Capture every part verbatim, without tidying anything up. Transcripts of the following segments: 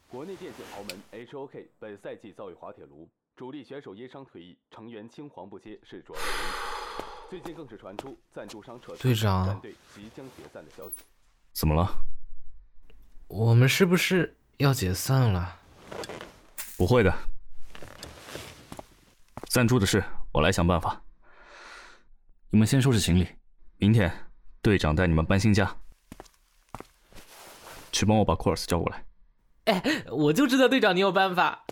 国内电竞豪门 H O K 本赛季遭遇滑铁卢，主力选手因伤退役，成员青黄不接是主要原因。最近更是传出赞助商撤退，战队即将解散的消息。 怎么了？ 我们是不是要解散了？ 不会的，赞助的事我来想办法。你们先收拾行李，明天队长带你们搬新家。去帮我把库尔斯叫过来。 哎，我就知道队长你有办法。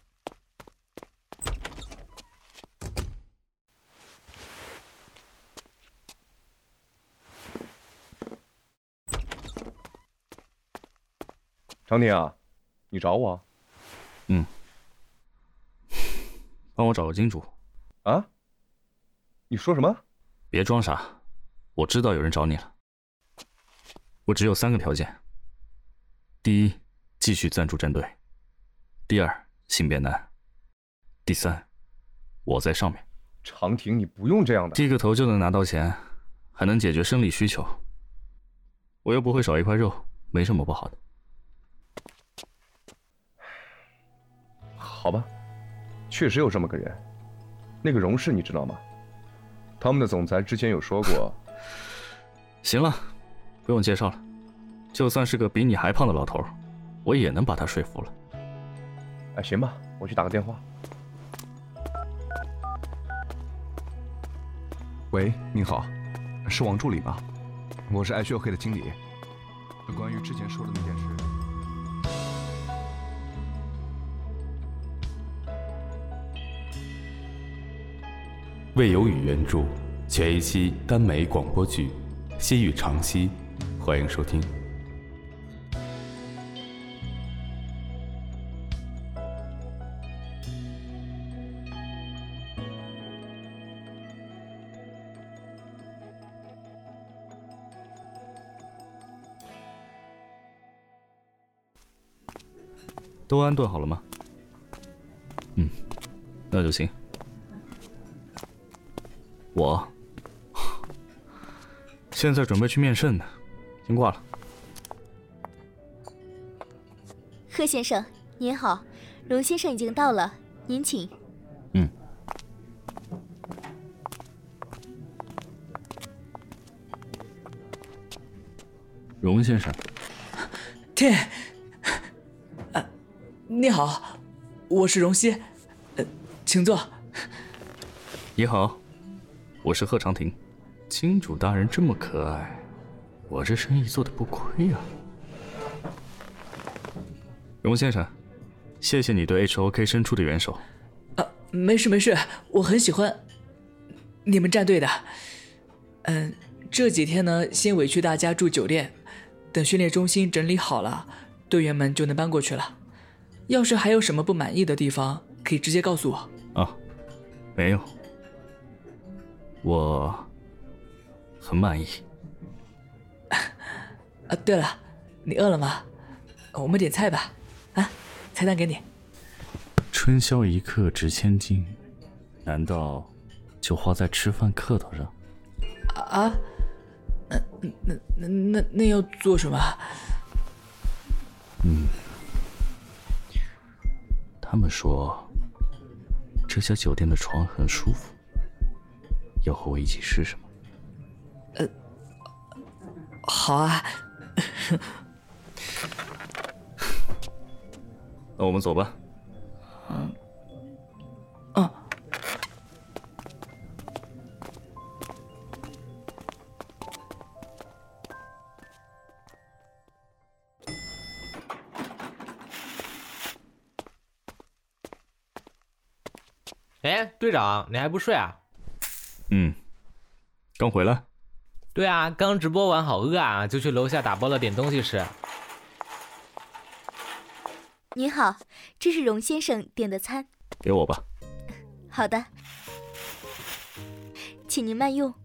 长廷啊，你找我？ 嗯，帮我找个金主。 啊？你说什么？ 别装傻，我知道有人找你了。我只有三个条件：第一，继续赞助战队；第二，性别男；第三，我在上面。 长廷，你不用这样的。 剃个头就能拿到钱，还能解决生理需求，我又不会少一块肉，没什么不好的。 好吧，确实有这么个人，那个荣氏你知道吗？他们的总裁之前有说过。 行了，不用介绍了，就算是个比你还胖的老头，我也能把他说服了。 哎，行吧，我去打个电话。 喂，您好，是王助理吧？我是 H O K 的经理。关于之前说的那件事。 魏有宇原著，全一期耽美广播剧《西与长溪》，欢迎收听。 都安顿好了吗？嗯，那就行。我现在准备去面圣呢，先挂了。 贺先生您好，荣先生已经到了，您请。 嗯。荣先生。 天，啊，你好，我是荣熙，呃，请坐。 你好，我是贺长廷。金主大人这么可爱，我这生意做得不亏啊。荣先生，谢谢你对 H O K 伸出的援手。 啊，没事没事，我很喜欢你们战队的。嗯，这几天呢，先委屈大家住酒店，等训练中心整理好了，队员们就能搬过去了。要是还有什么不满意的地方，可以直接告诉我。 啊，没有。我很满意。 啊，对了，你饿了吗？我们点菜吧。啊，菜单给你。 春宵一刻值千金，难道就花在吃饭客套上？ 啊？那那那那那要做什么？ 嗯，他们说这家酒店的床很舒服。要和我一起试试吗？ 呃，好啊。 那我们走吧。 嗯。嗯。 哎，队长，你还不睡啊？ 嗯，刚回来。 对啊，刚直播完好饿啊，就去楼下打包了点东西吃。 您好，这是荣先生点的餐。 给我吧。 好的，请您慢用。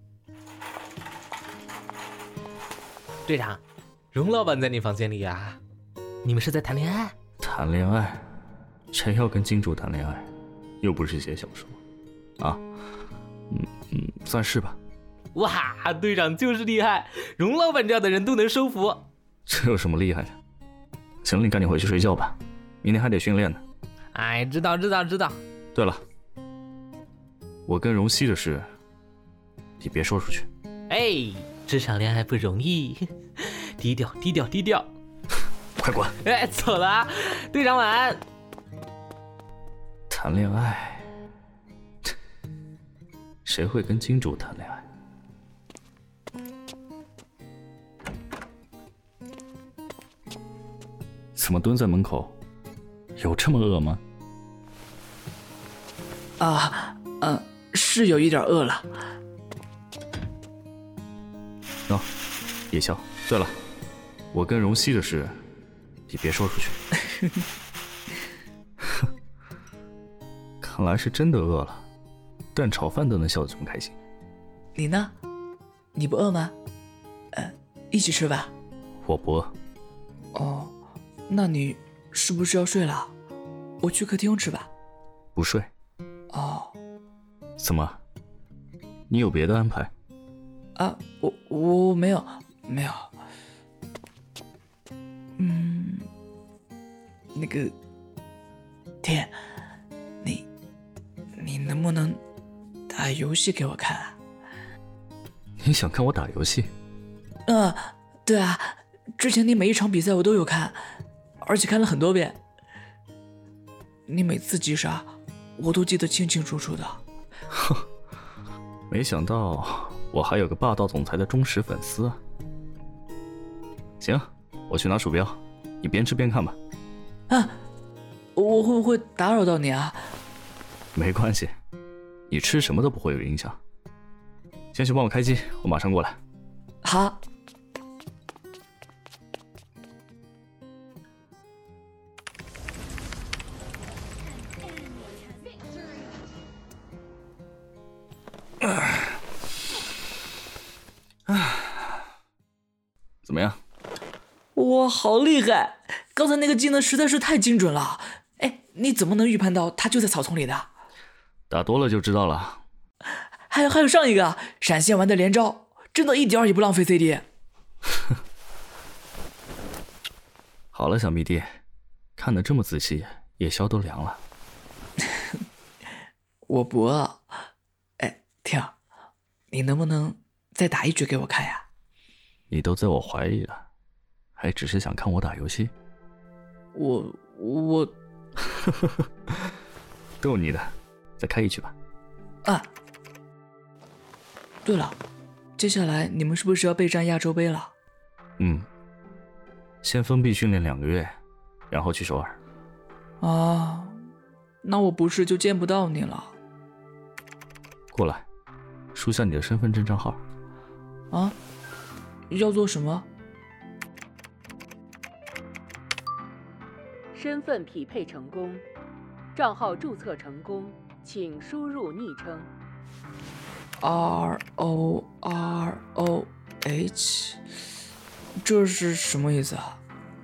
队长，荣老板在你房间里啊？你们是在谈恋爱？ 谈恋爱？谁要跟金主谈恋爱？又不是写小说啊。嗯嗯，算是吧。 哇，队长就是厉害，荣老板这样的人都能收服。 这有什么厉害的？行了，你赶紧回去睡觉吧。 明天还得训练呢。 哎，知道知道知道。 对了，我跟荣熙的事，你别说出去。 哎，这场恋爱不容易，低调低调低调。 快滚！ 哎，走了啊，队长晚安。 谈恋爱，谁会跟金主谈恋爱？怎么蹲在门口？有这么饿吗？ 啊，嗯，是有一点饿了。 喏、哦，夜宵。对了，我跟荣熙的事，你别说出去。看来是真的饿了，蛋炒饭都能笑得这么开心。 你呢？你不饿吗？呃，一起吃吧。 我不饿。 哦，那你是不是要睡了？我去客厅吃吧。 不睡。 哦。 怎么？你有别的安排？ 啊，我我没有没有。嗯，那个天，你你能不能打游戏给我看啊？ 你想看我打游戏？ 嗯、呃，对啊，之前你每一场比赛我都有看，而且看了很多遍。你每次击杀，我都记得清清楚楚的。 哼，没想到我还有个霸道总裁的忠实粉丝啊！行，我去拿鼠标，你边吃边看吧。 啊，我会不会打扰到你啊？ 没关系，你吃什么都不会有影响。先去帮我开机，我马上过来。 好。 怎么样？ 哇，好厉害！刚才那个技能实在是太精准了。哎，你怎么能预判到他就在草丛里的？ 打多了就知道了。 还有还有上一个闪现完的连招，真的一点也不浪费 C D。 好了，小迷弟，看得这么仔细，夜宵都凉了。 我不饿。哎，听，你能不能再打一局给我看呀？ 你都在我怀里了，还只是想看我打游戏？ 我我， 逗你的，再开一局吧。 啊，对了，接下来你们是不是要备战亚洲杯了？ 嗯，先封闭训练两个月，然后去首尔。 啊，那我不是就见不到你了？ 过来，输下你的身份证账号。 啊？要做什么？ 身份匹配成功，账号注册成功，请输入昵称。 R O R O H， 这是什么意思啊？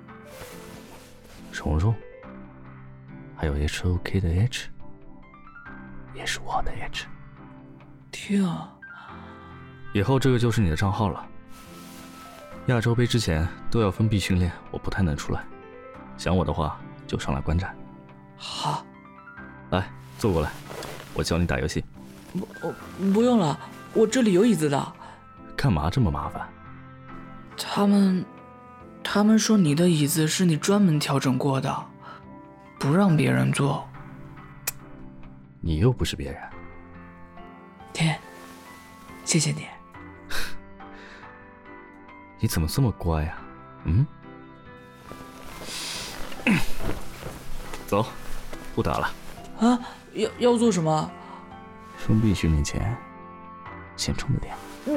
蓉蓉，还有 H O K 的 H， 也是我的 H。 天啊！ 以后这个就是你的账号了。亚洲杯之前都要封闭训练，我不太能出来。想我的话就上来观战。 好， 来坐过来，我教你打游戏。 不，我不用了，我这里有椅子的。 干嘛这么麻烦？ 他们，他们说你的椅子是你专门调整过的，不让别人坐。 你又不是别人。 天，谢谢你。 你怎么这么乖呀、啊？嗯？走，不打了。 啊，要要做什么？ 封闭训练前，先充个电。 嗯。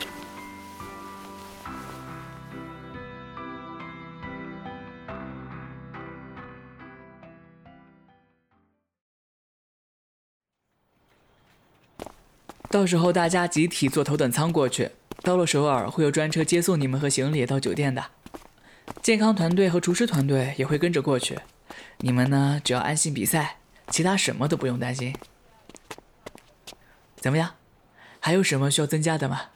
到时候大家集体坐头等舱过去。到了首尔，会有专车接送你们和行李到酒店的。健康团队和厨师团队也会跟着过去。你们呢，只要安心比赛，其他什么都不用担心。怎么样？还有什么需要增加的吗？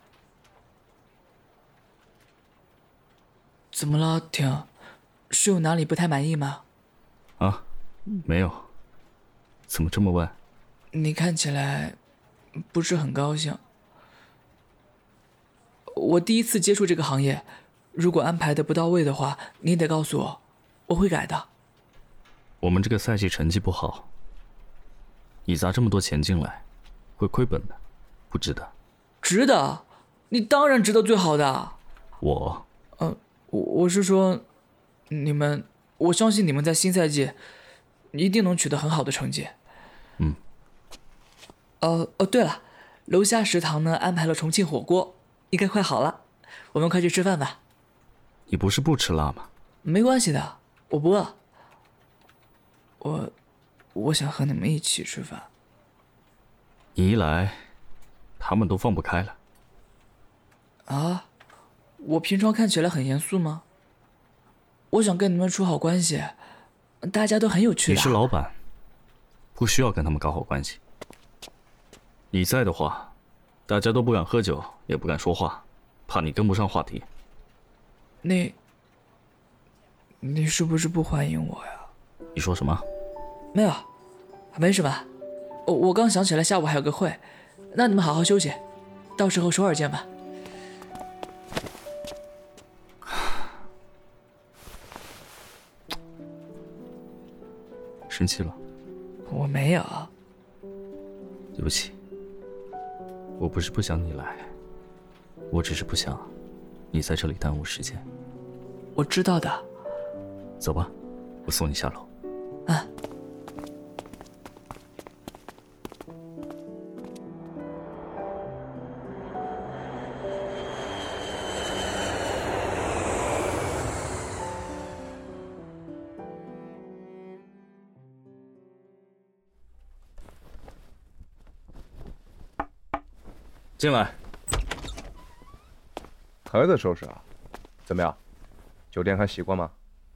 怎么了，婷？是有哪里不太满意吗？ 啊，没有。怎么这么问？ 你看起来不是很高兴。我第一次接触这个行业，如果安排的不到位的话，你得告诉我，我会改的。 我们这个赛季成绩不好，你砸这么多钱进来，会亏本的，不值得。 值得，你当然值得最好的。 我， 呃，我我是说，你们，我相信你们在新赛季一定能取得很好的成绩。 嗯。 哦哦，对了，楼下食堂呢安排了重庆火锅，应该快好了，我们快去吃饭吧。 你不是不吃辣吗？ 没关系的，我不饿。我，我想和你们一起吃饭。 你一来，他们都放不开了。 啊？我平常看起来很严肃吗？我想跟你们处好关系，大家都很有趣的。 你是老板，不需要跟他们搞好关系。你在的话，大家都不敢喝酒，也不敢说话，怕你跟不上话题。 你，你是不是不欢迎我呀？ 你说什么？ 没有，没什么。我我刚想起来下午还有个会，那你们好好休息，到时候首尔见吧。 生气了？ 我没有。 对不起，我不是不想你来，我只是不想你在这里耽误时间。 我知道的。 走吧，我送你下楼。 啊。 进来。 还在收拾啊？怎么样？酒店还习惯吗？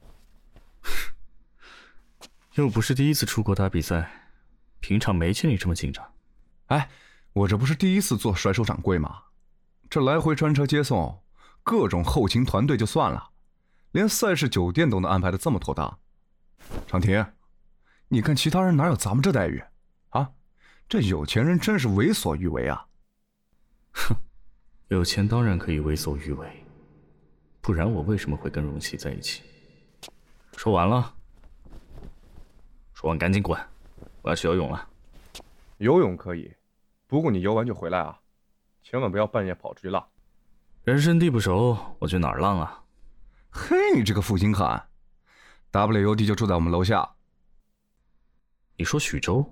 又不是第一次出国打比赛，平常没见你这么紧张。 哎，我这不是第一次做甩手掌柜吗？这来回专车接送，各种后勤团队就算了，连赛事酒店都能安排的这么妥当。长亭，你看其他人哪有咱们这待遇啊？这有钱人真是为所欲为啊！ 哼，有钱当然可以为所欲为，不然我为什么会跟荣熙在一起？说完了。说完赶紧滚，我要去游泳了。 游泳可以，不过你游完就回来啊，千万不要半夜跑出去浪。 人生地不熟，我去哪儿浪啊？ 嘿，你这个负心汉 ，W U D 就住在我们楼下。 你说许州？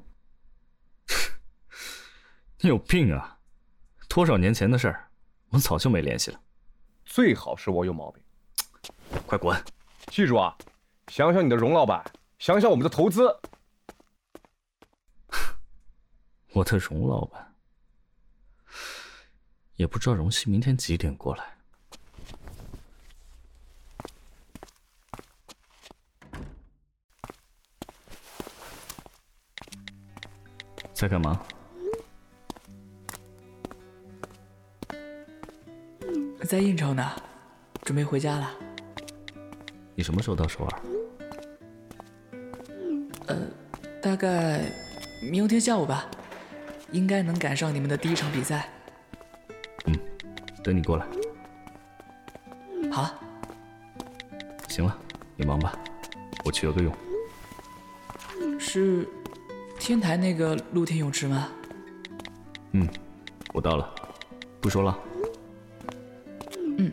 你有病啊！多少年前的事儿，我早就没联系了。 最好是我有毛病。 快滚！ 记住啊，想想你的荣老板。想想我们的投资。 我的荣老板，也不知道荣熙明天几点过来。在干嘛？ 在应酬呢，准备回家了。 你什么时候到首尔？ 呃，大概明天下午吧，应该能赶上你们的第一场比赛。 嗯，等你过来。 好。 行了，你忙吧，我去游个泳。 是天台那个露天泳池吗？ 嗯，我到了，不说了。 嗯。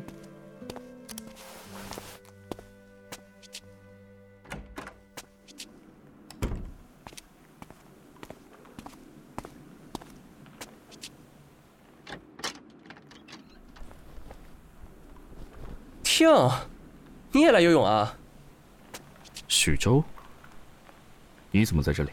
听，你也来游泳啊？ 许州？你怎么在这里？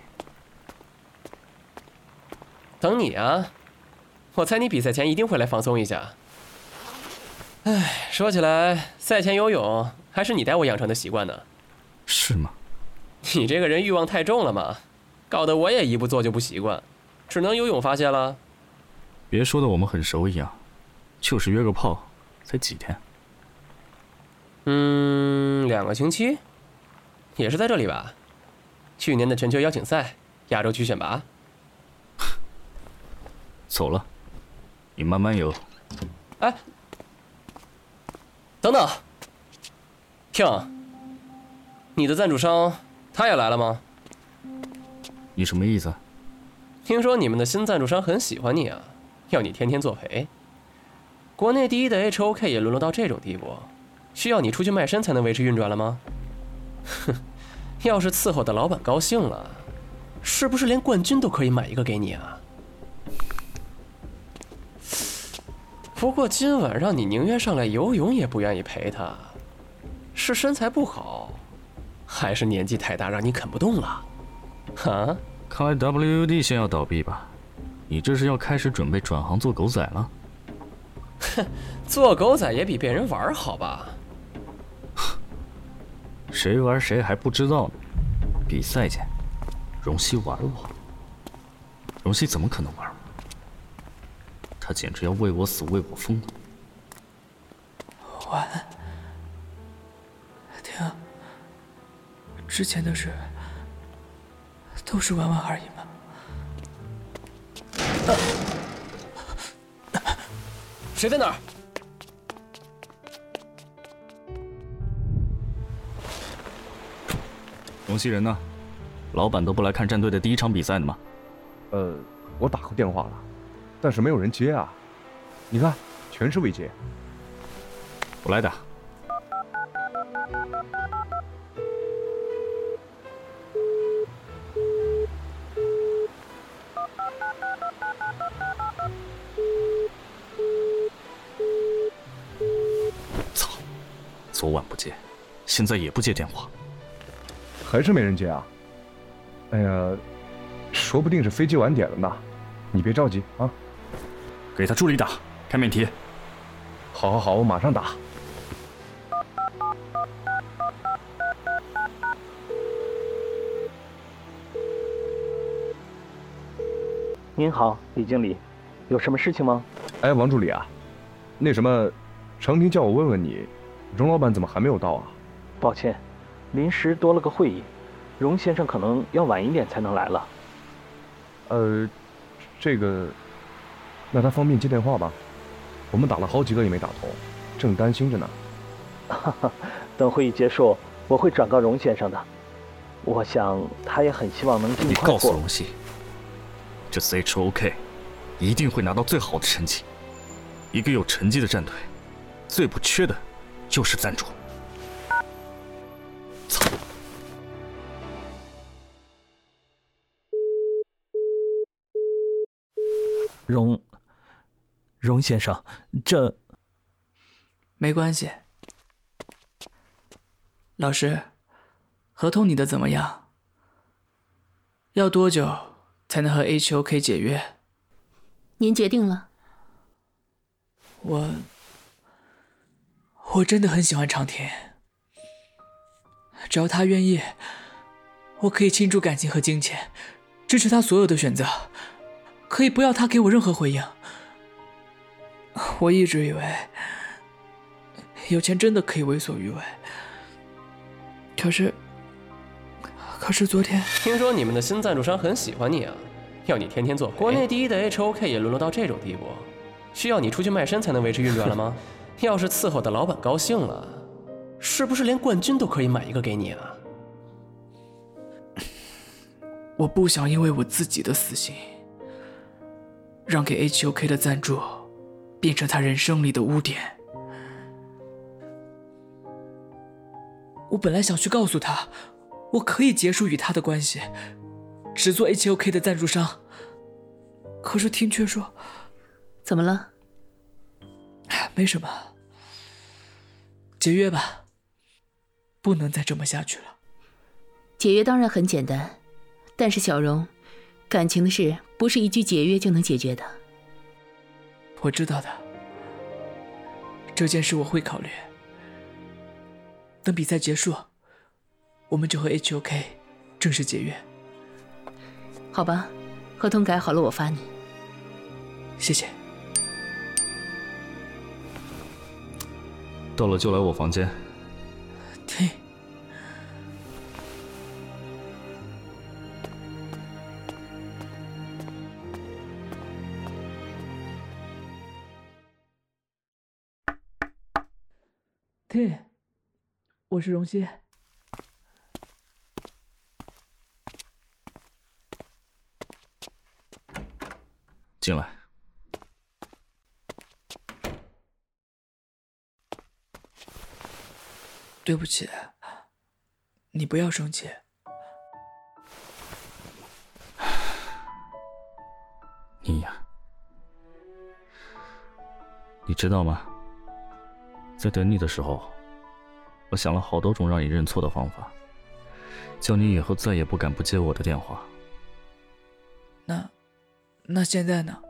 等你啊！我猜你比赛前一定会来放松一下。唉，说起来，赛前游泳还是你带我养成的习惯呢。 是吗？ 你这个人欲望太重了嘛，搞得我也一不做就不习惯，只能游泳发泄了。 别说的我们很熟一样，就是约个炮，才几天。 嗯，两个星期，也是在这里吧？ 去年的全球邀请赛、亚洲区选拔。 走了，你慢慢游。 哎，等等，听，你的赞助商他也来了吗？ 你什么意思？ 听说你们的新赞助商很喜欢你啊，要你天天作陪。国内第一的 H O K 也沦落到这种地步，需要你出去卖身才能维持运转了吗？哼，要是伺候的老板高兴了，是不是连冠军都可以买一个给你啊？不过今晚让你宁愿上来游泳也不愿意陪他，是身材不好，还是年纪太大让你啃不动了？啊？ 看来 W U D 先要倒闭吧？你这是要开始准备转行做狗仔了？ 哼，做狗仔也比被人玩好吧？ 谁玩谁还不知道呢。比赛前，荣熙玩我，荣熙怎么可能玩我？他简直要为我死为我疯了。 晚安，婷，之前的事都是玩玩而已嘛。啊谁在那儿？ 荣熙人呢？老板都不来看战队的第一场比赛的吗？ 呃，我打过电话了，但是没有人接啊。你看，全是未接。 我来打。操！昨晚不接，现在也不接电话。 还是没人接啊？哎呀，说不定是飞机晚点了呢。你别着急啊。 给他助理打，开免提。 好，好，好，我马上打。 您好，李经理，有什么事情吗？ 哎，王助理啊，那什么，程婷叫我问问你，荣老板怎么还没有到啊？ 抱歉。临时多了个会议，荣先生可能要晚一点才能来了。 呃，这个，那他方便接电话吧？我们打了好几个也没打通，正担心着呢。 哈哈，等会议结束，我会转告荣先生的。我想他也很希望能尽快。 你告诉荣熙，这次 H O K 一定会拿到最好的成绩。一个有成绩的战队，最不缺的就是赞助。 荣，荣先生，这没关系。老师，合同拟的怎么样？要多久才能和 H O K 解约？ 您决定了。 我，我真的很喜欢长田，只要他愿意，我可以倾注感情和金钱，支持他所有的选择。可以不要他给我任何回应。我一直以为有钱真的可以为所欲为，可是，可是昨天听说你们的新赞助商很喜欢你啊，要你天天作陪。国内第一的 H O K 也沦落到这种地步，需要你出去卖身才能维持运转了吗？要是伺候的老板高兴了，是不是连冠军都可以买一个给你啊？ 我不想因为我自己的私心，让给 H O K 的赞助变成他人生里的污点。我本来想去告诉他，我可以结束与他的关系，只做 H O K 的赞助商。可是听却说， 怎么了？ 没什么，解约吧，不能再这么下去了。 解约当然很简单，但是小荣，感情的事不是一句解约就能解决的。 我知道的，这件事我会考虑。等比赛结束，我们就和 H O K 正式解约。 好吧，合同改好了我发你。 谢谢。 到了就来我房间。 听， T， 我是荣熙。 进来。 对不起，你不要生气。 你呀，你知道吗？在等你的时候，我想了好多种让你认错的方法，叫你以后再也不敢不接我的电话。 那，那现在呢？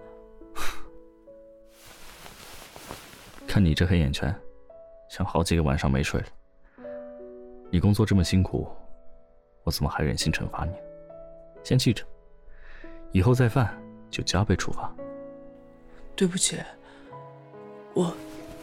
看你这黑眼圈，像好几个晚上没睡了。你工作这么辛苦，我怎么还忍心惩罚你？先记着，以后再犯就加倍处罚。 对不起，我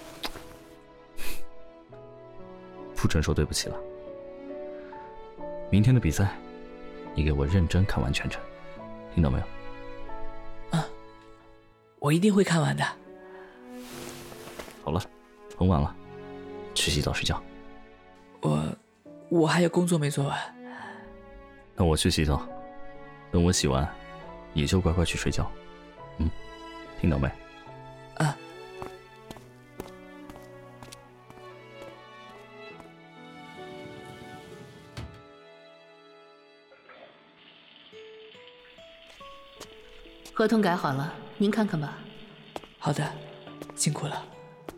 不准说对不起了。明天的比赛，你给我认真看完全程，听到没有？ 嗯，我一定会看完的。 好了，很晚了，去洗澡睡觉。 我我还有工作没做完。 那我去洗澡，等我洗完，你就乖乖去睡觉。嗯，听到没？ 啊。 合同改好了，您看看吧。 好的，辛苦了。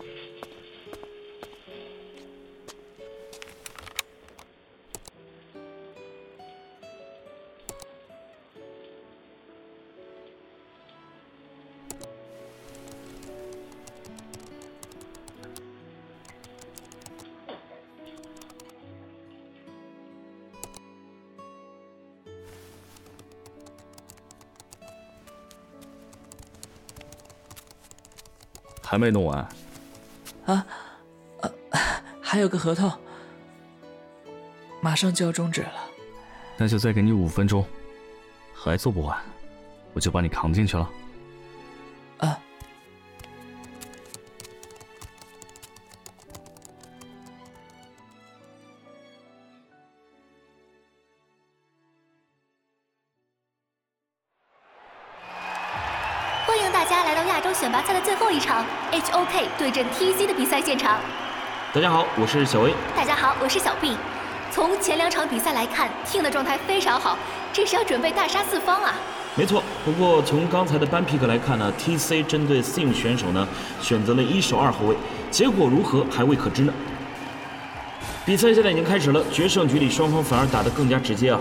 还没弄完？ 啊，呃，还有个合同，马上就要终止了。 那就再给你五分钟，还做不完，我就把你扛进去了。 啊。 欢迎大家来到亚洲选拔赛的最后一场 H O K 对阵 T C 的比赛现场。 大家好，我是小 A。 大家好，我是小 B。从前两场比赛来看 ，Team 的状态非常好，这是要准备大杀四方啊。 没错，不过从刚才的班 pick 来看呢 ，T C 针对 Sim 选手呢选择了一守二后卫，结果如何还未可知呢。比赛现在已经开始了，决胜局里双方反而打得更加直接啊。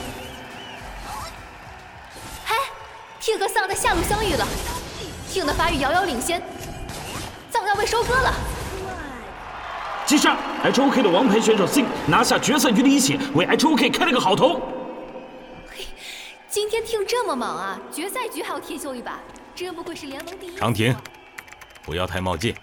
嗨 ，Team 和丧在下路相遇了 ，Team 的发育遥遥领先，丧要被收割了。 击杀 H O K 的王牌选手 Sim 拿下决赛局的一血，为 H O K 开了个好头。 嘿，今天 Team 这么忙啊，决赛局还要天秀一把，真不愧是联盟第一。 长亭，不要太冒进，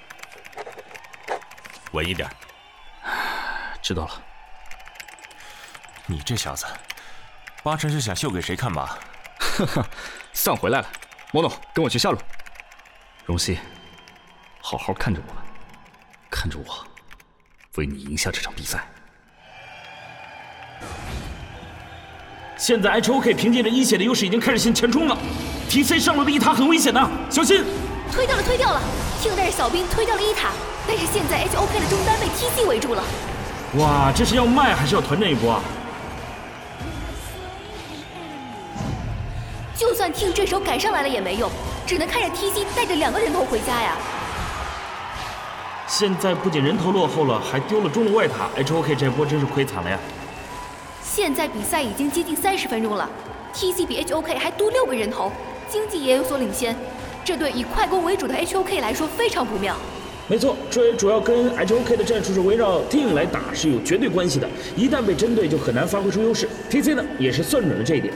稳一点。 知道了。 你这小子，八成是想秀给谁看吧？ 哈哈，丧回来了，莫诺，跟我去下路。荣熙，好好看着我们，看着我，为你赢下这场比赛。 现在 H O K 凭借着一血的优势已经开始向前冲了 ，T C 上路的一塔很危险的，小心！ 推掉了，推掉了 ，Team 带着小兵推掉了一塔，但是现在 H O K 的中单被 T C 围住了。 哇，这是要卖还是要团战一波啊？ 就算 Team 这手赶上来了也没用，只能看着 T C 带着两个人头回家呀。 现在不仅人头落后了，还丢了中路外塔 ，H O K 这波真是亏惨了呀。 现在比赛已经接近三十分钟了 ，T C 比 H O K 还多六个人头，经济也有所领先，这对以快攻为主的 H O K 来说非常不妙。 没错，这也主要跟 H O K 的战术是围绕 Team 来打是有绝对关系的，一旦被针对就很难发挥出优势。T C 呢也是算准了这一点。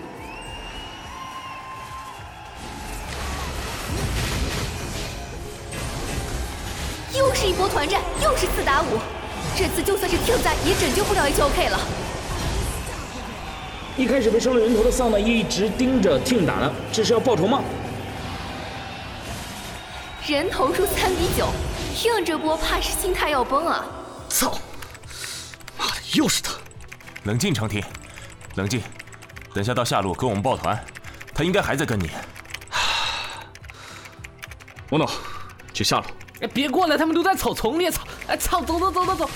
又是一波团战，又是四打五，这次就算是 Team 在也拯救不了 H O K 了。 一开始被收了人头的丧呢，一直盯着 Team 打呢，这是要报仇吗？ 人头数三比九听这波怕是心态要崩啊！ 操！妈的，又是他！ 冷静，长亭，冷静。等下到下路跟我们抱团，他应该还在跟你。 王总，去下路。 哎，别过来，他们都在草丛里。操！哎，操！走走走走走。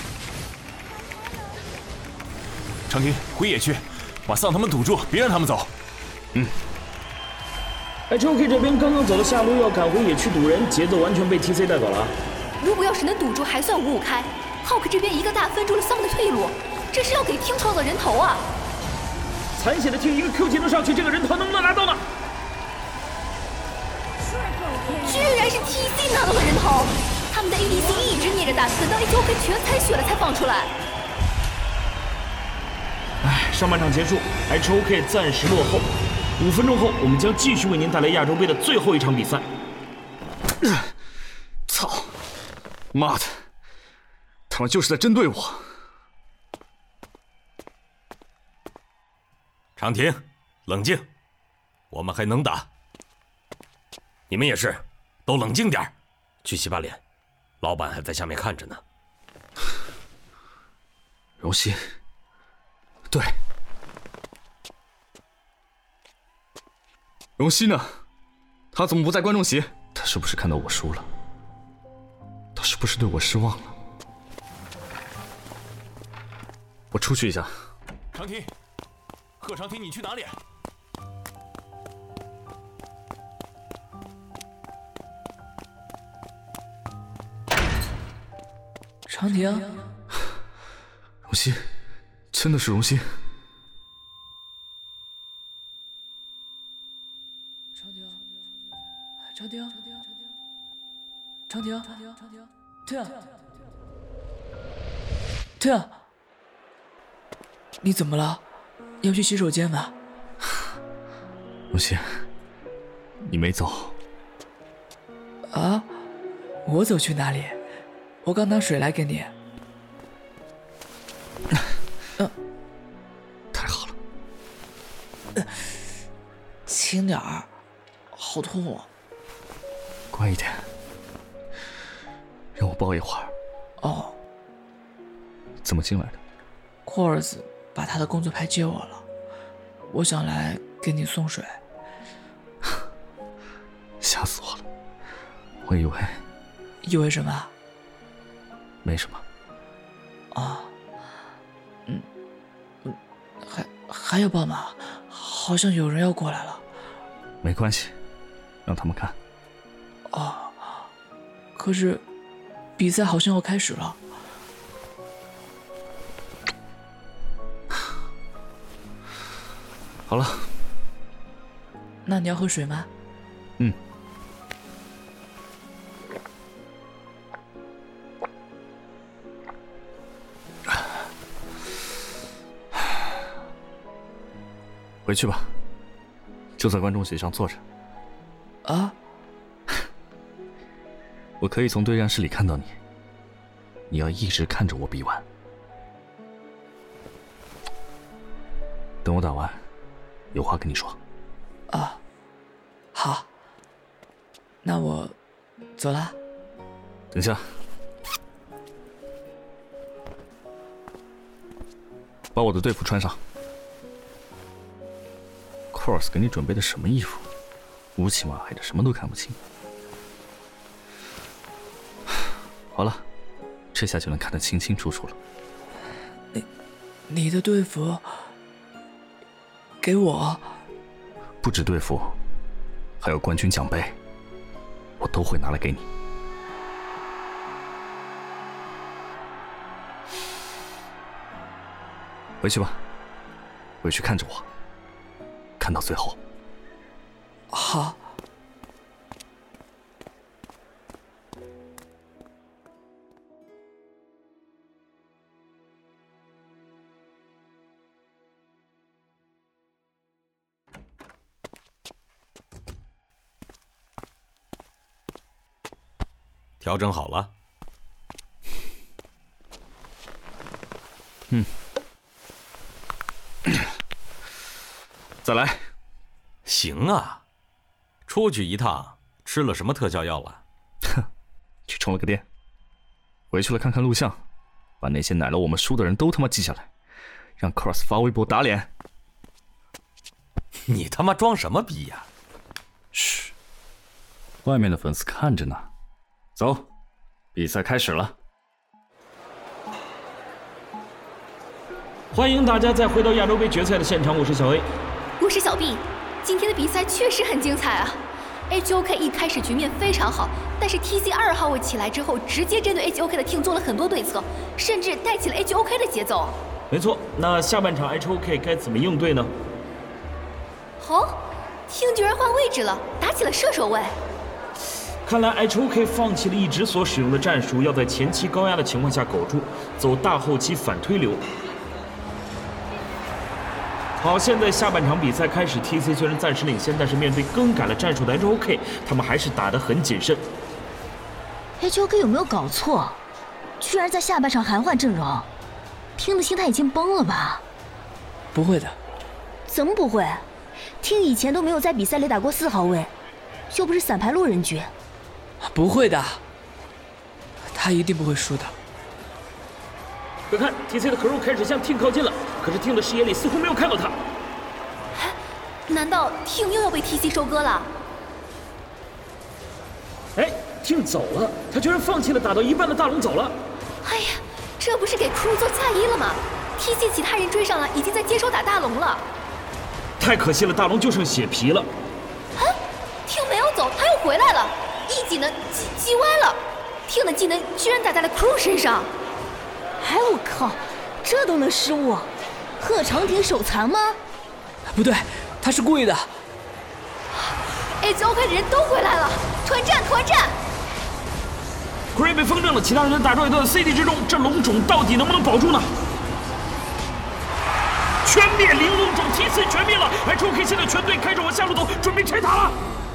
长亭，回野区，把丧他们堵住，别让他们走。 嗯。 H O K 这边刚刚走到下路，要赶回野区堵人，节奏完全被 T C 带走了。 如果要是能堵住，还算五五开。Hawk 这边一个大分住了丧的退路，这是要给 Team 创造人头啊！ 残血的 Team 一个 Q 技能上去，这个人头能不能拿到呢？ 居然是 T C 拿到了人头，他们的 A D C 一直捏着蛋，等到 H O K 全残血了才放出来。 唉，上半场结束 ，H O K 暂时落后。五分钟后，我们将继续为您带来亚洲杯的最后一场比赛。 操！妈的，他们就是在针对我。 长亭，冷静，我们还能打。你们也是，都冷静点，去洗把脸，老板还在下面看着呢。 荣熙，对。荣熙呢？他怎么不在观众席？他是不是看到我输了？他是不是对我失望了？我出去一下。 长亭，贺长亭，你去哪里？ 长亭， 荣熙，真的是荣熙。 长亭，长亭，停，停，你怎么了？要去洗手间吗？ 荣熙，你没走。 啊？我走去哪里？我刚拿水来给你。 嗯，太好了。 呃、轻点儿，好痛啊！ 乖一点，让我抱一会儿。 哦， 怎么进来的？ 库尔斯把他的工作牌借我了，我想来给你送水。 吓死我了！我以为…… 以为什么？ 没什么。 啊，嗯，嗯，还还要帮忙？好像有人要过来了。 没关系，让他们看。 哦，可是比赛好像要开始了。 好了， 那你要喝水吗？ 嗯。回去吧，就在观众席上坐着。 啊？ 我可以从对战室里看到你，你要一直看着我比完。等我打完，有话跟你说。 啊，好，那我走了。 等下，把我的队服穿上。Cross 给你准备的什么衣服？乌漆嘛黑的，什么都看不清。好了，这下就能看得清清楚楚了。 你，你的队服给我？ 不止队服，还有冠军奖杯，我都会拿来给你。回去吧，回去看着我，看到最后。 好。 调整好了。 嗯。再来。 行啊，出去一趟，吃了什么特效药了？ 哼，去充了个电。 回去了看看录像，把那些奶了我们输的人都他妈记下来，让 Cross 发微博打脸。 你他妈装什么逼呀？ 嘘，外面的粉丝看着呢。走，比赛开始了。 欢迎大家再回到亚洲杯决赛的现场，我是小 A， 我是小 B。今天的比赛确实很精彩啊 ！H O K 一开始局面非常好，但是 T C 二号位起来之后，直接针对 H O K 的 team 做了很多对策，甚至带起了 H O K 的节奏。 没错，那下半场 H O K 该怎么应对呢？ 哦，team居然换位置了，打起了射手位。 看来 H O K 放弃了一直所使用的战术，要在前期高压的情况下苟住，走大后期反推流。好，现在下半场比赛开始 ，T C 虽然暂时领先，但是面对更改了战术的 H O K， 他们还是打得很谨慎。 H O K 有没有搞错？居然在下半场还换阵容，听的心态已经崩了吧？ 不会的。 怎么不会？听以前都没有在比赛里打过四号位，又不是散牌路人局。 不会的，他一定不会输的。 别看 T C 的 crew 开始向 team 靠近了，可是 team 的视野里似乎没有看到他。 难道 team 又要被 T C 收割了？ 哎 ，team 走了，他居然放弃了打到一半的大龙走了。 哎呀，这不是给 crew 做嫁衣了吗 ？T C 其他人追上了，已经在接手打大龙了。 太可惜了，大龙就剩血皮了。 啊 ，team 没有走，他又回来了，一技能击击歪了 ，team 的技能居然打在了 crew 身上。 哎，我靠，这都能失误？贺长廷手残吗？ 不对，他是故意的。 H O K 的人都回来了，团战团战 ！Gray 被封正了，其他人在打状也都在 C D 之中，这龙种到底能不能保住呢？全灭零龙种 ，T C 全灭了 ！H O K 现在全队开始往下路走，准备拆塔了。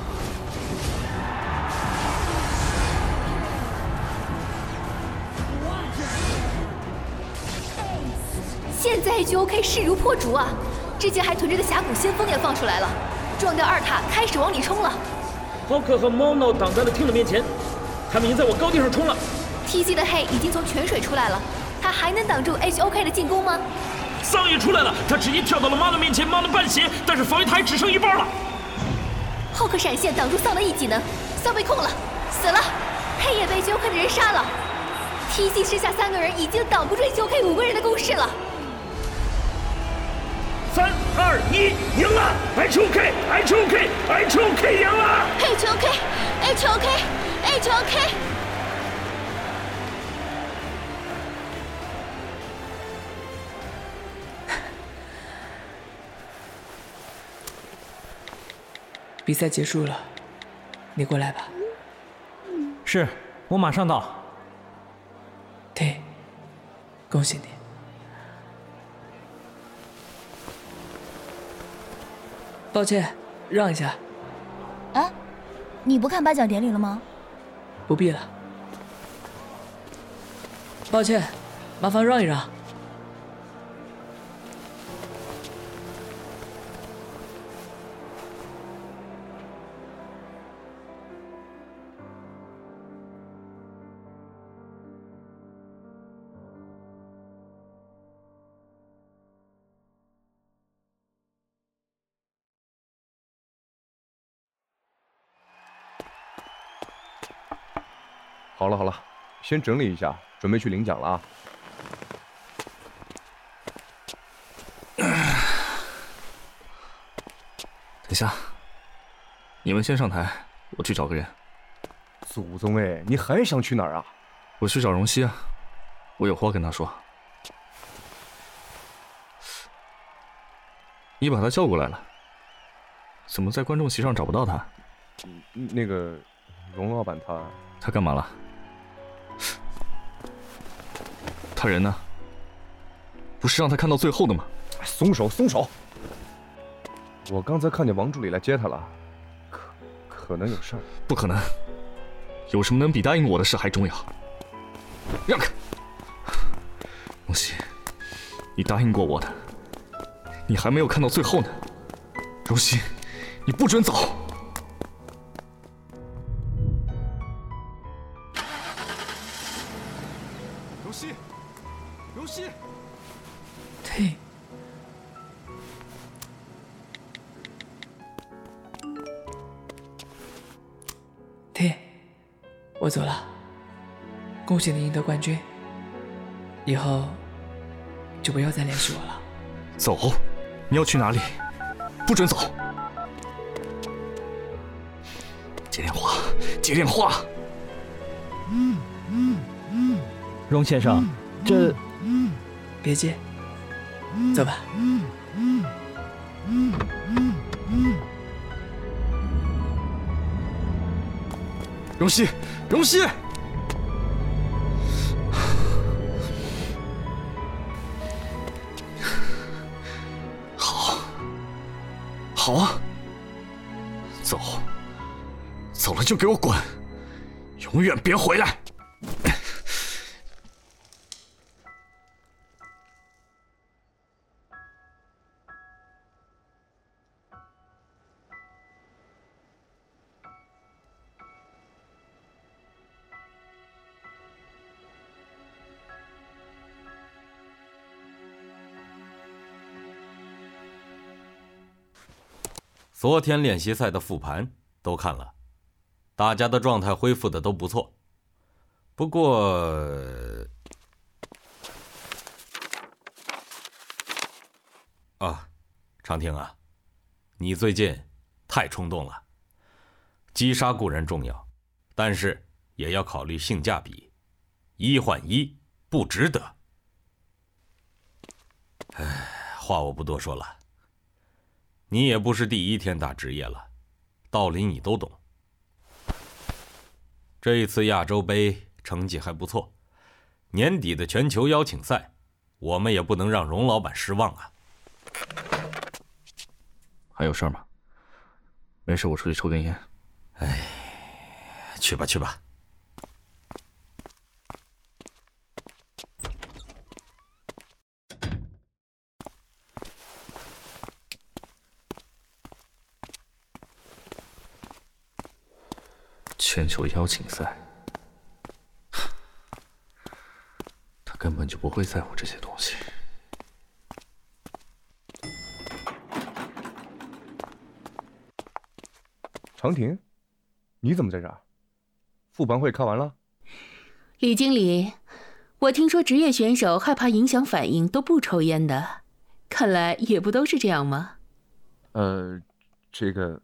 现在 H O K 势如破竹啊！之前还囤着的峡谷先锋也放出来了，撞掉二塔，开始往里冲了。 浩克和 Mono 挡在了 team 的面前，他们已经在往高地上冲了。 T C 的黑已经从泉水出来了，他还能挡住 H O K 的进攻吗？ 桑也出来了，他直接跳到了 Mono 面前 ，Mono 半血，但是防御台只剩一半了。 浩克闪现挡住桑的一技能，桑被控了，死了，黑也被 H O K 的人杀了。T C 剩下三个人已经挡不住 H O K 五个人的攻势了。 三二一，赢了 ！H O K，H O K，H O K 赢了 ！H O K，H O K，H O K。 比赛结束了，你过来吧。 是，我马上到。 对，恭喜你。抱歉，让一下。 啊，你不看颁奖典礼了吗？ 不必了。抱歉，麻烦让一让。 好了好了，先整理一下，准备去领奖了啊。 等一下，你们先上台，我去找个人。 祖宗哎，你还想去哪儿啊？ 我去找荣熙啊，我有话跟他说。你把他叫过来了，怎么在观众席上找不到他？ 嗯、那个荣老板他他干嘛了？他人呢？不是让他看到最后的吗？ 松手，松手！我刚才看见王助理来接他了，可可能有事儿。 不可能，有什么能比答应我的事还重要？让开！荣熙，你答应过我的，你还没有看到最后呢。荣熙，你不准走！ 我走了，恭喜你赢得冠军，以后就不要再联系我了。 走，你要去哪里？不准走！接电话，接电话！ 荣先生，这别接，走吧。 荣熙，荣熙！好，好啊，走，走了就给我滚，永远别回来！ 昨天练习赛的复盘都看了，大家的状态恢复的都不错。不过，啊，长亭啊，你最近太冲动了。击杀固然重要，但是也要考虑性价比，一换一不值得。唉，话我不多说了。你也不是第一天打职业了，道理你都懂。这一次亚洲杯成绩还不错，年底的全球邀请赛，我们也不能让荣老板失望啊。 还有事吗？没事，我出去抽根烟。 哎，去吧去吧。 全球邀请赛，他根本就不会在乎这些东西。 长亭，你怎么在这儿？复盘会开完了？ 李经理，我听说职业选手害怕影响反应都不抽烟的，看来也不都是这样吗？ 呃，这个。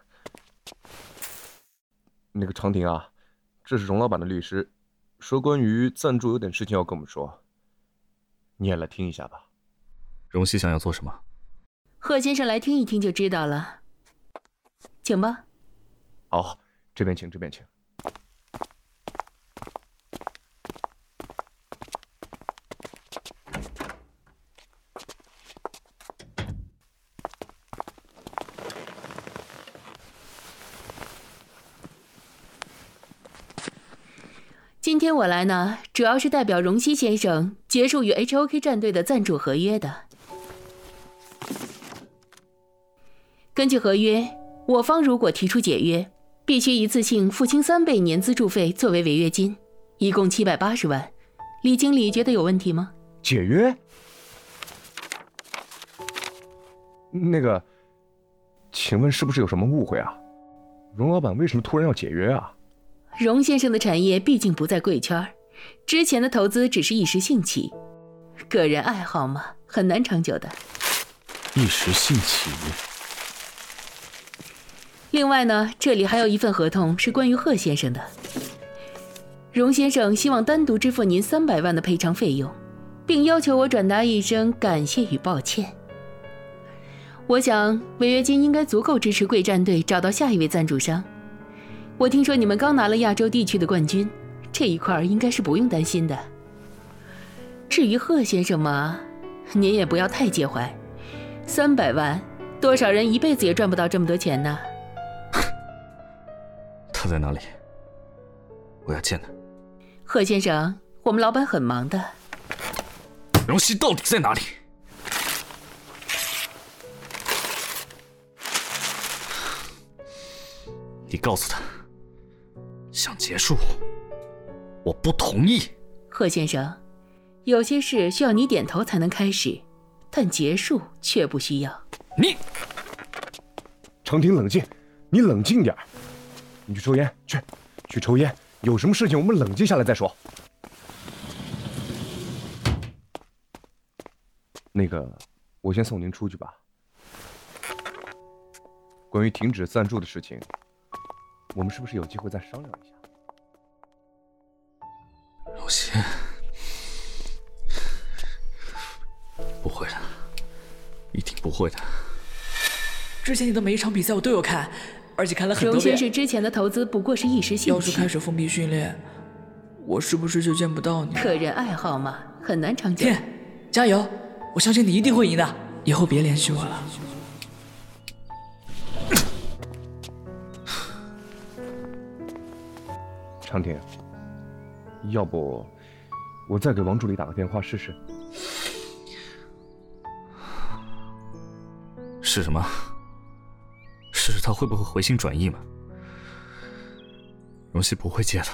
那个长亭啊，这是荣老板的律师，说关于赞助有点事情要跟我们说，你也来听一下吧。 荣熙想要做什么？ 贺先生来听一听就知道了，请吧。 好，这边请，这边请。 今天我来呢，主要是代表荣熙先生结束与 H O K 战队的赞助合约的。根据合约，我方如果提出解约，必须一次性付清三倍年资助费作为违约金，一共七百八十万。李经理觉得有问题吗？ 解约？那个，请问是不是有什么误会啊？荣老板为什么突然要解约啊？ 荣先生的产业毕竟不在贵圈，之前的投资只是一时兴起，个人爱好嘛，很难长久的。 一时兴起。 另外呢，这里还有一份合同是关于贺先生的。荣先生希望单独支付您三百万的赔偿费用，并要求我转达一声感谢与抱歉。我想违约金应该足够支持贵战队找到下一位赞助商。我听说你们刚拿了亚洲地区的冠军，这一块应该是不用担心的。至于贺先生嘛，您也不要太介怀，三百万，多少人一辈子也赚不到这么多钱呢？ 他在哪里？我要见他。 贺先生，我们老板很忙的。 荣熙到底在哪里？你告诉他，想结束，我不同意。 贺先生，有些事需要你点头才能开始，但结束却不需要。 你， 长亭冷静，你冷静点。你去抽烟，去，去抽烟， 有什么事情我们冷静下来再说。那个，我先送您出去吧。关于停止赞助的事情，我们是不是有机会再商量一下？ 荣心，不会的，一定不会的。 之前你的每一场比赛我都有看，而且看了很多遍。 荣先生之前的投资不过是一时兴趣。 要是开始封闭训练，我是不是就见不到你？ 个人爱好嘛，很难长久。 天，加油！我相信你一定会赢的。以后别联系我了。 长天，要不我再给王助理打个电话试试？ 是什么？试试他会不会回心转意吗？荣熙不会接的。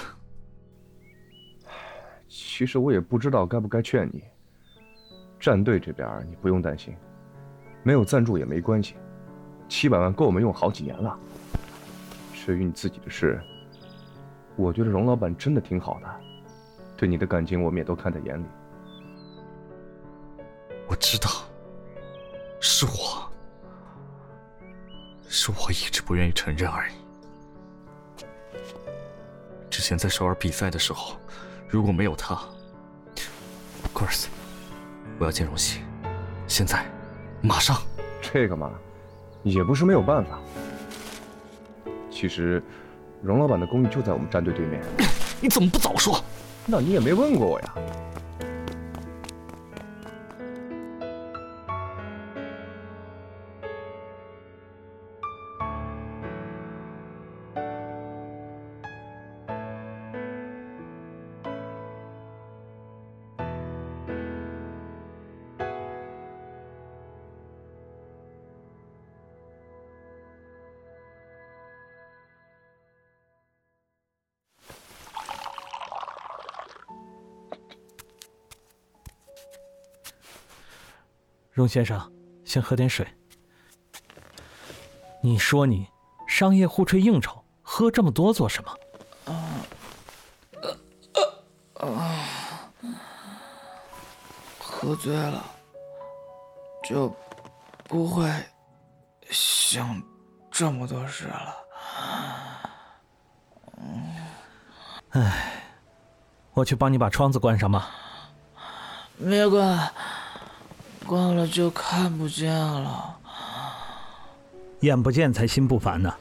其实我也不知道该不该劝你。战队这边你不用担心，没有赞助也没关系，七百万够我们用好几年了。至于你自己的事，我觉得荣老板真的挺好的，对你的感情我们也都看在眼里。 我知道，是我，是我一直不愿意承认而已。之前在首尔比赛的时候，如果没有他 ，Course， 我要见荣熙，现在，马上。 这个嘛，也不是没有办法。其实，荣老板的公寓就在我们战队对面。 你怎么不早说？ 那你也没问过我呀。 荣先生，先喝点水。你说你商业互吹应酬，喝这么多做什么？ 啊，呃啊，喝醉了就不会想这么多事了。 唉，我去帮你把窗子关上吧。 别关。关了就看不见了， 眼不见才心不烦呢。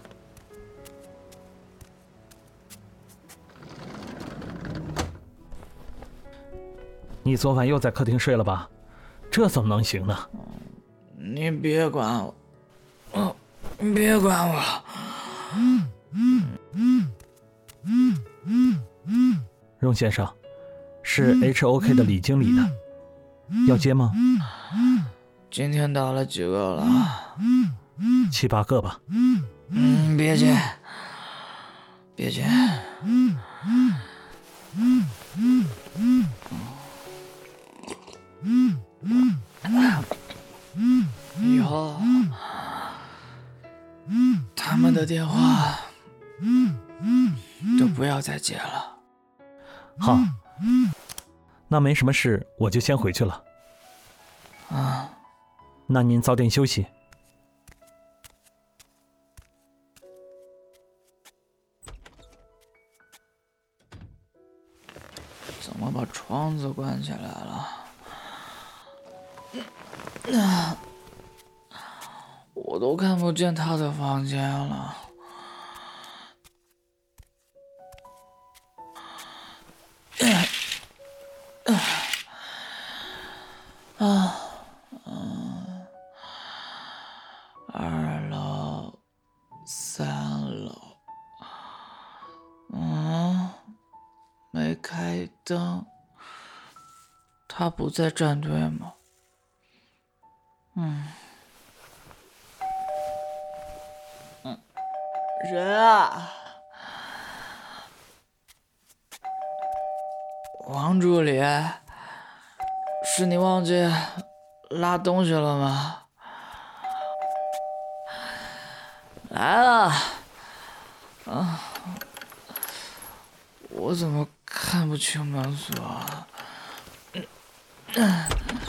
你昨晚又在客厅睡了吧？这怎么能行呢？ 你别管我，哦，你别管我。 荣先生，是 H O K 的李经理的。要接吗？ 今天打了几个了？ 七八个吧。 嗯，别接，别接。以后他们的电话都不要再接了。 好。那没什么事，我就先回去了。 啊， 那您早点休息。 怎么把窗子关起来了？啊，我都看不见他的房间了。啊，嗯，二楼、三楼，嗯，没开灯，他不在战队吗？嗯，嗯，人啊，王助理。是你忘记拉东西了吗？来了，啊， 我怎么看不清门锁啊？嗯，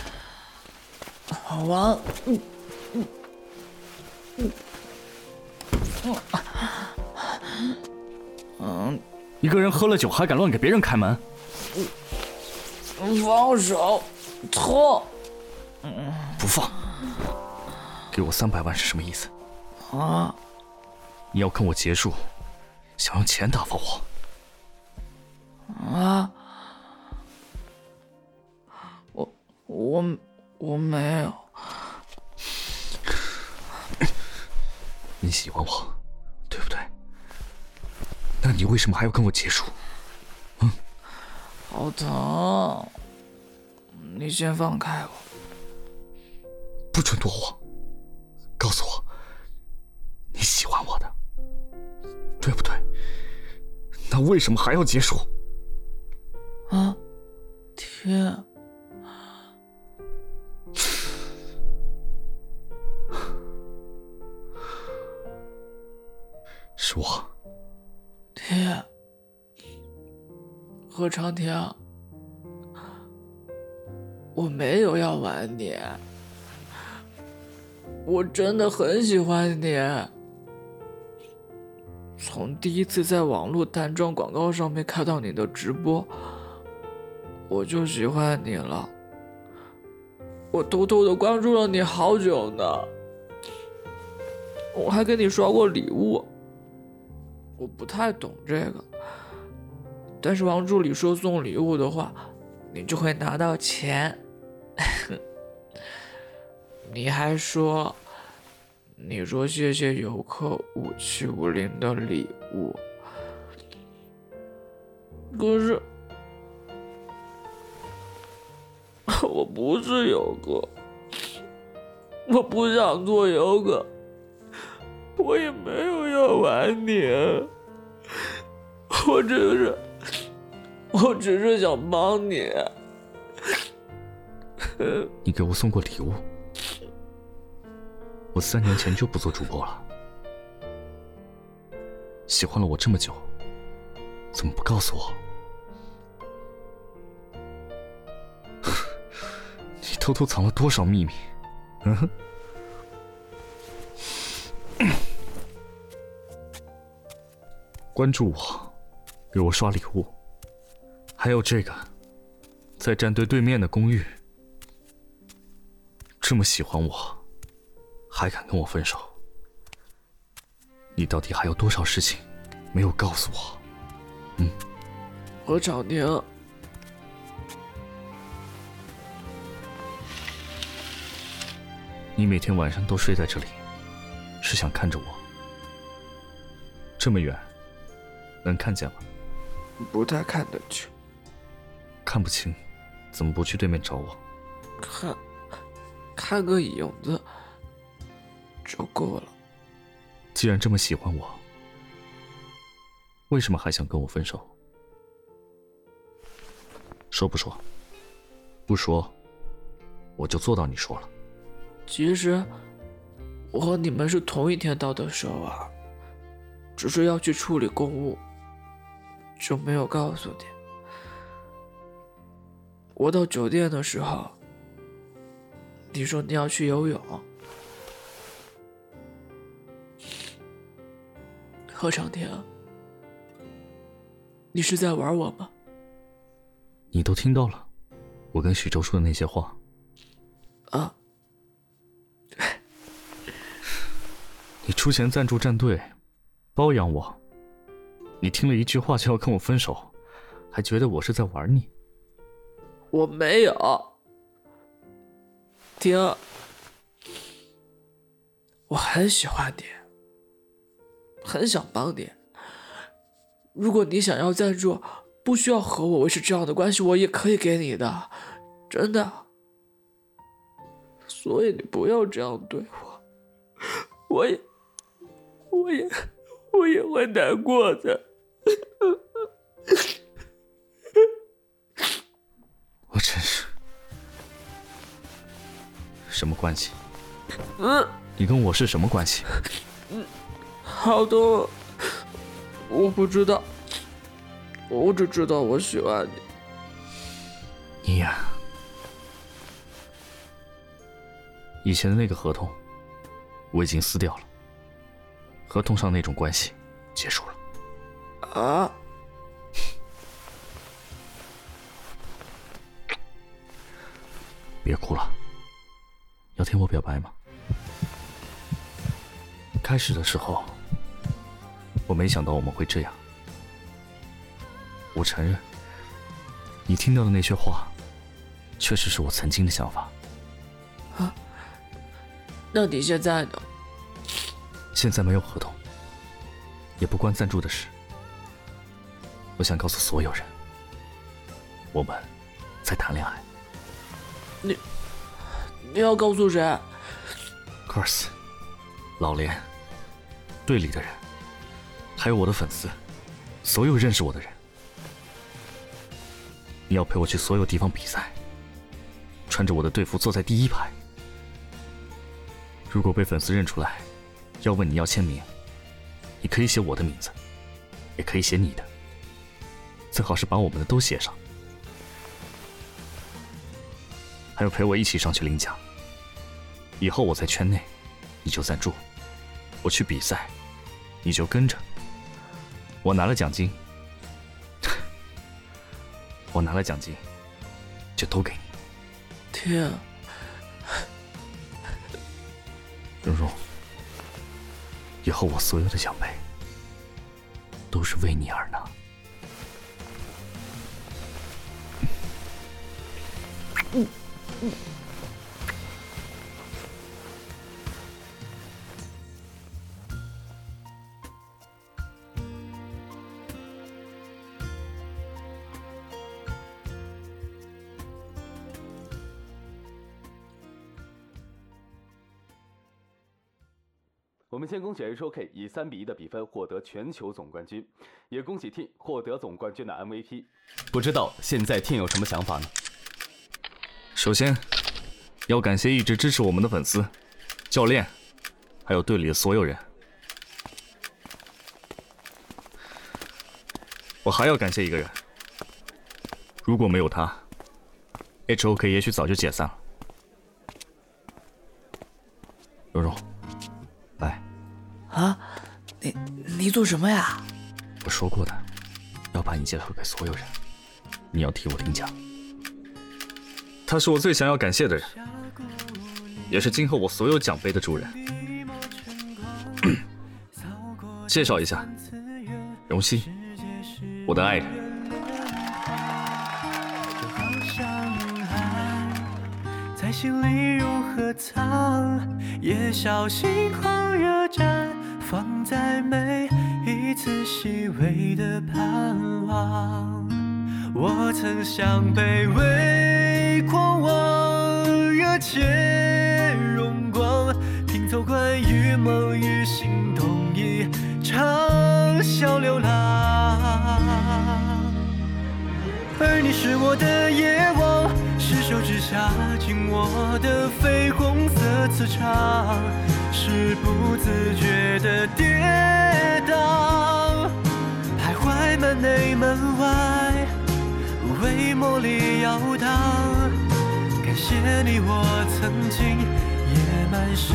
王，嗯嗯嗯嗯，一个人喝了酒还敢乱给别人开门？ 放手，痛！ 不放！给我三百万是什么意思？ 啊！ 你要跟我结束，想用钱打发我？ 啊！我我我没有。 你喜欢我，对不对？那你为什么还要跟我结束？嗯， 好疼！你先放开我。 不准躲我！告诉我，你喜欢我的，对不对？那为什么还要结束？ 啊！天！ 是我。 天！何长廷，我没有要玩你，我真的很喜欢你。从第一次在网络弹窗广告上面看到你的直播，我就喜欢你了。我偷偷的关注了你好久呢，我还给你刷过礼物。我不太懂这个，但是王助理说送礼物的话，你就会拿到钱。你还说，你说谢谢游客五七五零的礼物，可是我不是游客，我不想做游客，我也没有要玩你，我只是，我只是想帮你。 你给我送过礼物？我三年前就不做主播了。喜欢了我这么久，怎么不告诉我？你偷偷藏了多少秘密？嗯？关注我，给我刷礼物，还有这个，在战队对面的公寓。这么喜欢我，还敢跟我分手？你到底还有多少事情没有告诉我？嗯， 何长宁， 你每天晚上都睡在这里，是想看着我？这么远，能看见吗？ 不太看得清。 看不清，怎么不去对面找我？ 看，看个影子就够了。 既然这么喜欢我，为什么还想跟我分手？说不说？不说，我就做到你说了。 其实，我和你们是同一天到的首尔，只是要去处理公务，就没有告诉你。我到酒店的时候，你说你要去游泳。何长廷，你是在玩我吗？ 你都听到了，我跟许周说的那些话。 啊！ 你出钱赞助战队，包养我，你听了一句话就要跟我分手，还觉得我是在玩你？ 我没有。婷，我很喜欢你，很想帮你。如果你想要赞助，不需要和我维持这样的关系，我也可以给你的，真的。所以你不要这样对我，我也，我也，我也会难过的。 我真是，什么关系？ 嗯， 你跟我是什么关系？ 嗯，好的，我不知道， 我只知道我喜欢你。 你呀，以前的那个合同我已经撕掉了，合同上那种关系结束了。 啊？ 别哭了，要听我表白吗？开始的时候，我没想到我们会这样。我承认，你听到的那些话，确实是我曾经的想法。 啊？那你现在呢？ 现在没有合同，也不关赞助的事。我想告诉所有人，我们在谈恋爱。 你，你要告诉谁？ 科尔斯、老连、队里的人，还有我的粉丝，所有认识我的人。你要陪我去所有地方比赛，穿着我的队服坐在第一排。如果被粉丝认出来，要问你要签名，你可以写我的名字，也可以写你的，最好是把我们的都写上。还有陪我一起上去领奖。以后我在圈内，你就赞助；我去比赛，你就跟着。我拿了奖金，我拿了奖金，就都给你。 天啊！ 蓉蓉，以后我所有的奖杯都是为你而拿。 嗯嗯。 我们先恭喜 H O K 以三比一的比分获得全球总冠军，也恭喜 Team 获得总冠军的 M V P。不知道现在 Team 有什么想法呢？ 首先，要感谢一直支持我们的粉丝、教练，还有队里的所有人。我还要感谢一个人，如果没有他 ，H O K 也许早就解散了。蓉蓉。 啊，你你做什么呀？ 我说过的，要把你介绍给所有人，你要替我领奖。他是我最想要感谢的人，也是今后我所有奖杯的主人。介绍一下，荣熙，我的爱人。 在心里如何藏，也小心狂热绽放在每一次细微的盼望。我曾像卑微狂妄，热切荣光，拼凑关于梦与心动一场小流浪。而你是我的夜望，是手指下紧握的绯红色磁场，是不自觉的跌宕，徘徊门内门外，为茉莉摇荡。感谢你，我曾经野蛮生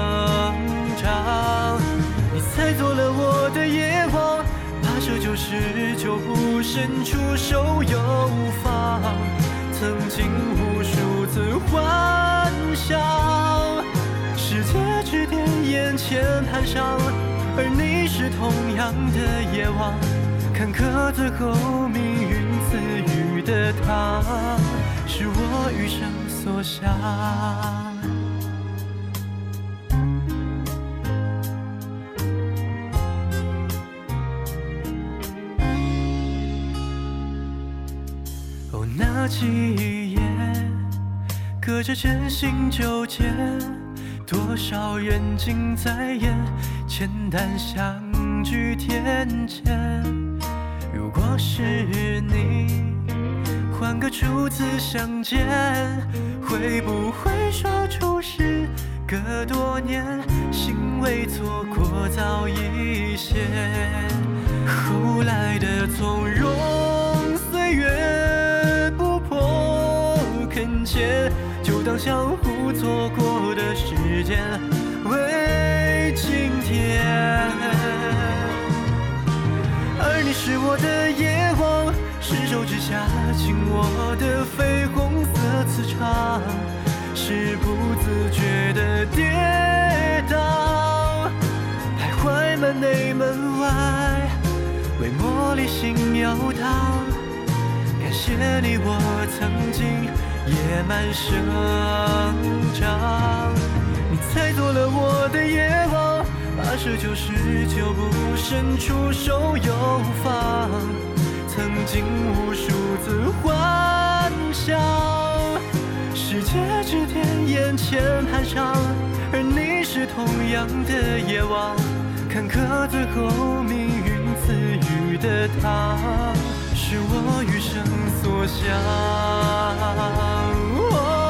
长，你猜错了我的夜望，怕这就是就不伸出手又无妨。曾经无数次幻想，世界之巅眼前攀上，而你是同样的夜望，坎坷最后命运赐予的他，是我余生所想。那几夜，隔着真心纠结，多少人竟在眼前单相聚天前。如果是你，换个初次相见，会不会说出时隔多年，心未错过早一些。后来的从容前，就当相互错过的时间为今天。而你是我的夜王，伸手之下紧握的绯红色磁场，是不自觉的跌倒，徘徊门内门外，为茉莉心摇荡。感谢你，我曾经野蛮生长，你猜错了我的夜望，八十九十九不伸出手又放，曾经无数次幻想，世界之巅眼前寒场，而你是同样的夜望，坎坷最后命运赐予的糖，是我余生所想。哦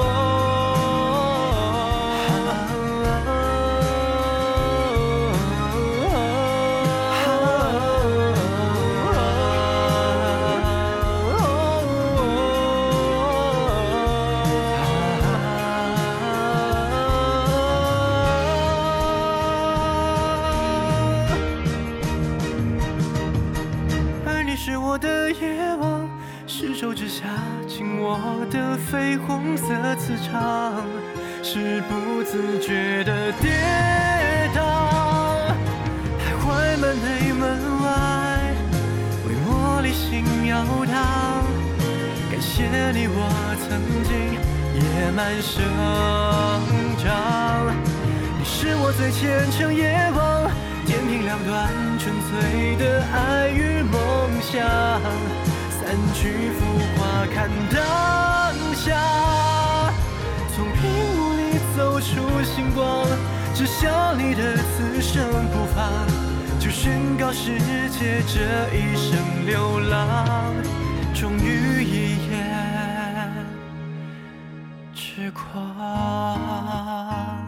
是我的夜望，失手之下紧握的绯红色磁场，是不自觉的跌倒，徘徊门内门外，为茉莉心摇荡。感谢你，我曾经野蛮生长，你是我最虔诚夜望，天平两端纯粹的爱与梦想，三句浮华看当下，从屏幕里走出星光，知晓你的此生不放，就宣告世界这一生流浪，终于一眼之光。